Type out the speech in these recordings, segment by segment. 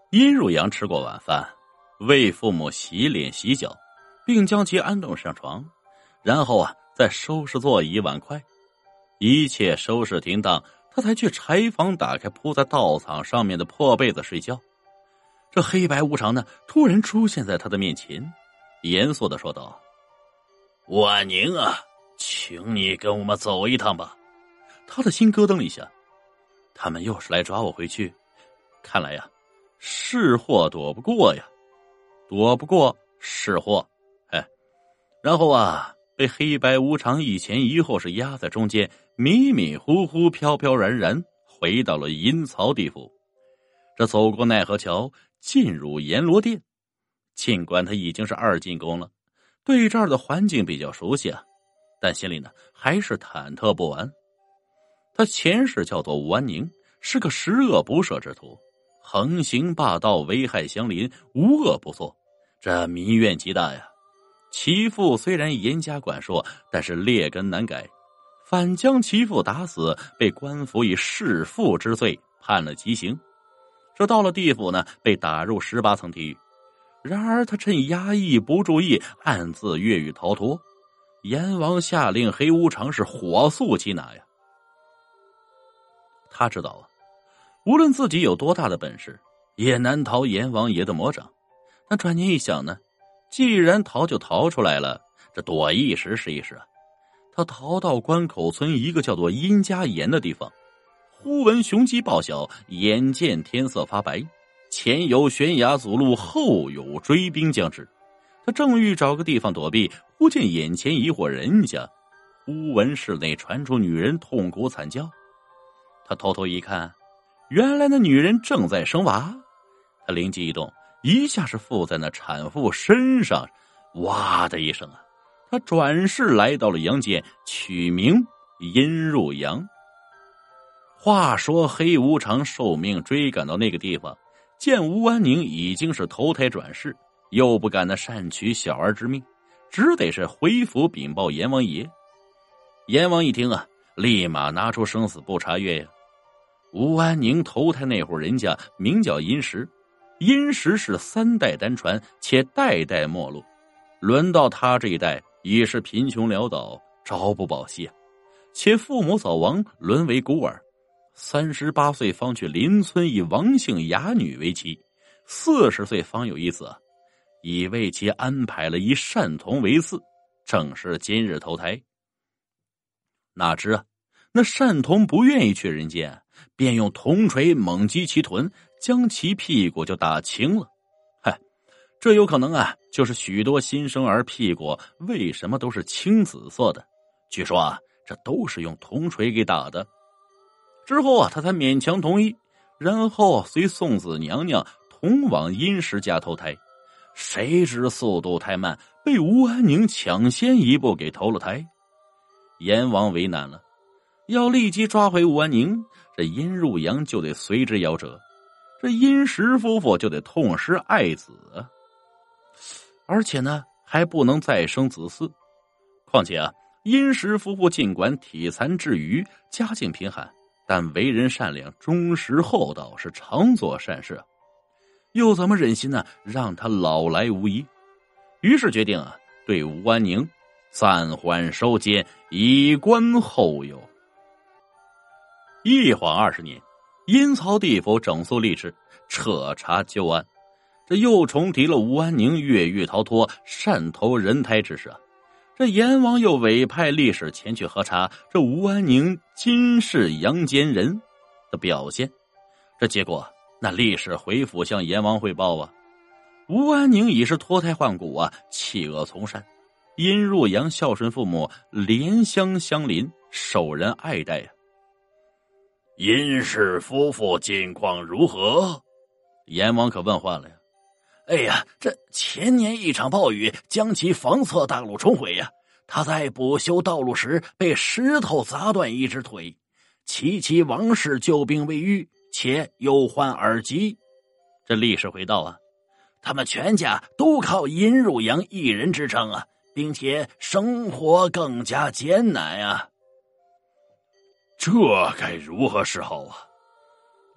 殷汝阳吃过晚饭，为父母洗脸洗脚，并将其安顿上床，然后再收拾座椅碗筷，一切收拾停当，他才去柴房打开铺在稻草上面的破被子睡觉。这黑白无常呢，突然出现在他的面前，严肃地说道：“ 吴安宁啊，请你跟我们走一趟吧。” 他的心咯噔一下，他们又是来抓我回去，看来呀，是祸躲不过呀，躲不过是祸。然后被黑白无常一前一后是压在中间，迷迷糊糊飘飘然然回到了阴曹地府。这走过奈何桥，进入阎罗殿。尽管他已经是2进宫了，对这儿的环境比较熟悉但心里呢还是忐忑不安。他前世叫做吴安宁，是个十恶不赦之徒，横行霸道，危害乡邻，无恶不作，这民怨极大呀。其父虽然严加管束，但是劣根难改，反将其父打死，被官府以弑父之罪判了极刑。这到了地府呢，被打入18层地狱。然而他趁衙役不注意，暗自越狱逃脱。阎王下令黑无常是火速缉拿呀。他知道无论自己有多大的本事，也难逃阎王爷的魔掌。但转念一想呢，既然逃就逃出来了，这躲一时是一时他逃到关口村一个叫做殷家岩的地方，忽闻雄鸡报晓，眼见天色发白，前有悬崖阻路，后有追兵将至。他正欲找个地方躲避，忽见眼前一伙人家，忽闻室内传出女人痛哭惨叫。他偷偷一看，原来那女人正在生娃。他灵机一动，一下是附在那产妇身上，哇的一声他转世来到了阳间，取名殷汝阳。话说黑无常受命追赶到那个地方，见吴安宁已经是投胎转世，又不敢擅取小儿之命，只得是回府禀报阎王爷。阎王一听立马拿出生死簿查阅呀。吴安宁投胎那户人家名叫殷实，殷实是3代单传，且代代没落，轮到他这一代已是贫穷潦倒，朝不保夕且父母早亡，沦为孤儿。38岁方去邻村以王姓哑女为妻，40岁方有一子，已为其安排了一单童为嗣，正是今日投胎。哪知那单童不愿意去人间，便用铜锤猛击其臀，将其屁股就打青了。这有可能就是许多新生儿屁股为什么都是青紫色的，据说这都是用铜锤给打的。之后他才勉强同意，然后随送子娘娘同往殷实家投胎。谁知速度太慢，被吴安宁抢先一步给投了胎。阎王为难了，要立即抓回吴安宁，这殷汝阳就得随之夭折，这殷实夫妇就得痛失爱子而且呢还不能再生子嗣。况且殷实夫妇尽管体残志愚，家境贫寒，但为人善良，忠实厚道，是常做善事，又怎么忍心让他老来无依？于是决定对吴安宁暂缓收监，以观后有。一晃20年，阴曹地府整肃吏治，彻查旧案，这又重提了吴安宁越狱逃脱、擅投人胎之事这阎王又委派力士前去核查这吴安宁今世阳间人的表现。这结果，那力士回府向阎王汇报吴安宁已是脱胎换骨弃恶从善，殷汝阳孝顺父母，怜香相邻，受人爱戴殷氏夫妇近况如何？ 阎王可问话了哎呀，这前年一场暴雨将其房侧大路冲毁他在补修道路时被石头砸断一只腿，其王氏救病未愈，且又患耳疾。 这力士回道他们全家都靠殷汝阳一人支撑并且生活更加艰难这该如何是好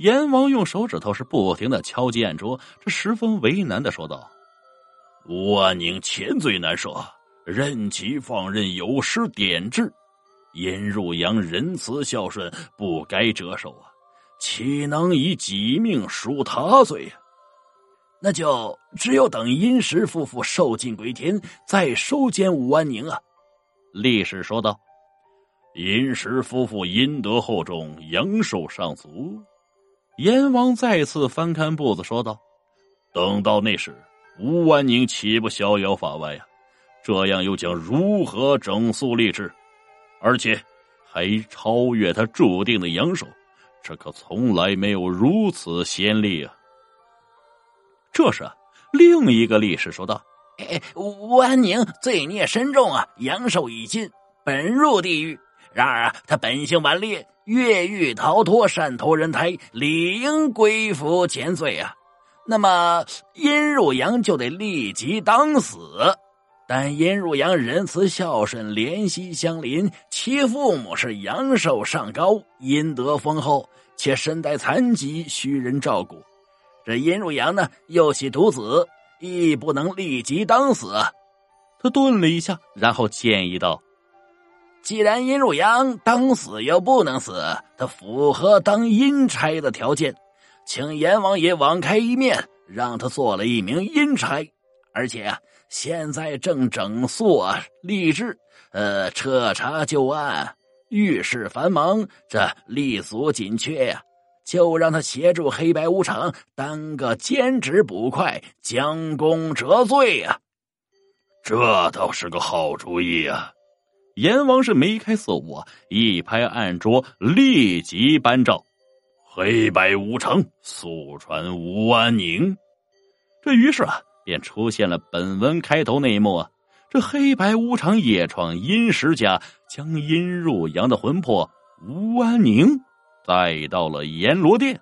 阎王用手指头是不停的敲击案桌，这十分为难的说道： 吴安宁千罪难赦，任其放任，有失典制。殷入阳仁慈孝顺，不该折寿啊，岂能以己命赎他罪啊？那就只有等殷氏夫妇受尽归天，再收监吴安宁啊。 力士说道。 殷氏夫妇阴德厚重，阳寿尚足。 阎王再次翻看簿子说道： 等到那时，吴安宁岂不逍遥法外啊？这样又将如何整肃吏治？而且还超越他注定的阳寿，这可从来没有如此先例啊！ 这时，另一个力士说道： 吴安宁罪孽深重啊，阳寿已尽，本入地狱。然而啊，他本性顽劣，越狱逃脱，擅投人胎，理应归服前罪啊。那么殷入阳就得立即当死。但殷入阳仁慈孝顺，怜惜乡邻，其父母是阳寿尚高，阴德丰厚，且身带残疾，需人照顾。这殷入阳呢，又系独子，亦不能立即当死。 他顿了一下，然后建议道： 既然殷入阳当死又不能死，他符合当阴差的条件，请阎王爷网开一面，让他做了一名阴差。而且啊，现在正整肃吏治，彻查旧案，遇事繁忙，这吏俗紧缺呀，就让他协助黑白无常，当个兼职捕快，将功折罪呀。这倒是个好主意啊！ 阎王是眉开色舞，一拍案桌，立即颁诏： 黑白无常，速传吴安宁。 这于是便出现了本文开头那一幕这黑白无常夜闯殷石家，将殷入阳的魂魄吴安宁带到了阎罗殿。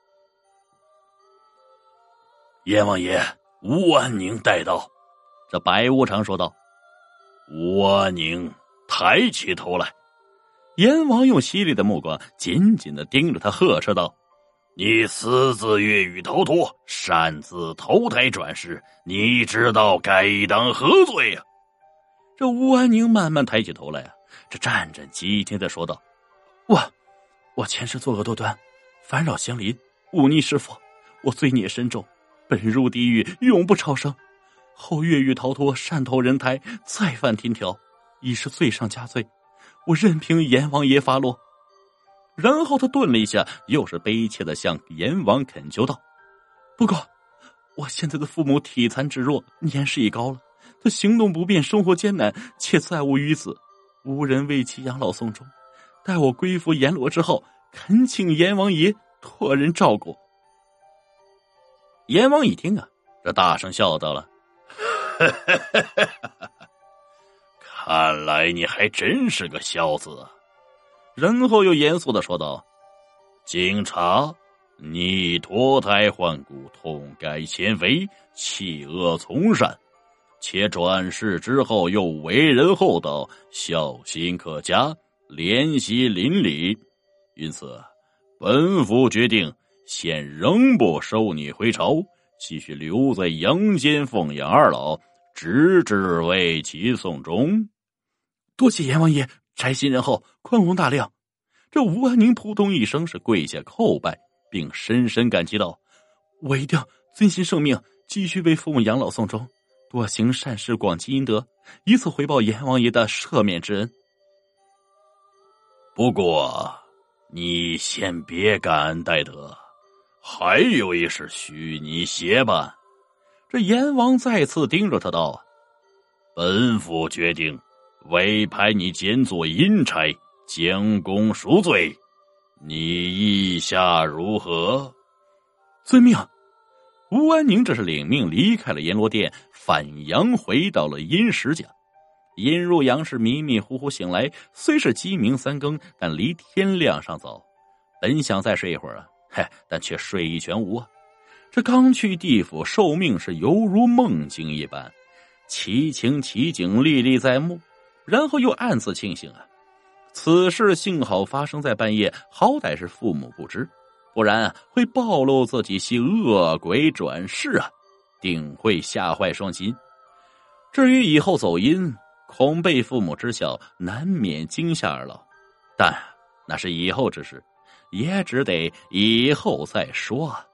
阎王爷，吴安宁带到。 这白无常说道。 吴安宁抬起头来。 阎王用犀利的目光紧紧地盯着他，呵斥道： 你私自越狱逃脱，擅自投胎转世，你知道该当何罪呀？ 这吴安宁慢慢抬起头来这战战兢兢地说道：我前世作恶多端，烦扰乡邻，忤逆师父，我罪孽深重，本入地狱，永不超生。后越狱逃脱，擅投人胎，再犯天条，已是罪上加罪，我任凭阎王爷发落。然后他顿了一下，又是悲切地向阎王恳求道：不过我现在的父母体残志弱，年事已高了，他行动不便，生活艰难，且再无余子，无人为其养老送终。待我归附阎罗之后，恳请阎王爷托人照顾。阎王一听这大声笑道了： 看来你还真是个孝子。 然后又严肃地说道： 经查，你脱胎换骨，痛改前非，弃恶从善，且转世之后又为人厚道，孝心可嘉，怜惜邻里。因此本府决定现仍不收你回朝，继续留在阳间奉养二老，直至为其送终。 多谢阎王爷宅心仁厚，宽宏大量。这吴安宁扑通一声是跪下叩拜，并深深感激道：我一定遵循圣命，继续为父母养老送终，多行善事，广积阴德，以此回报阎王爷的赦免之恩。 不过你先别感恩戴德，还有一事需你协办。 这阎王再次盯着他道： 本府决定委派你兼做阴差，将功赎罪，你意下如何？ 遵命。吴安宁这是领命离开了阎罗殿，返阳回到了殷石家。殷入阳是迷迷糊糊醒来，虽是鸡鸣三更，但离天亮尚早。本想再睡一会儿但却睡意全无这刚去地府受命是犹如梦境一般，奇情奇景历历在目。然后又暗自庆幸此事幸好发生在半夜，好歹是父母不知。 不然会暴露自己系恶鬼转世啊，定会吓坏双亲。至于以后走阴，恐被父母知晓，难免惊吓而老，但那是以后之事，也只得以后再说。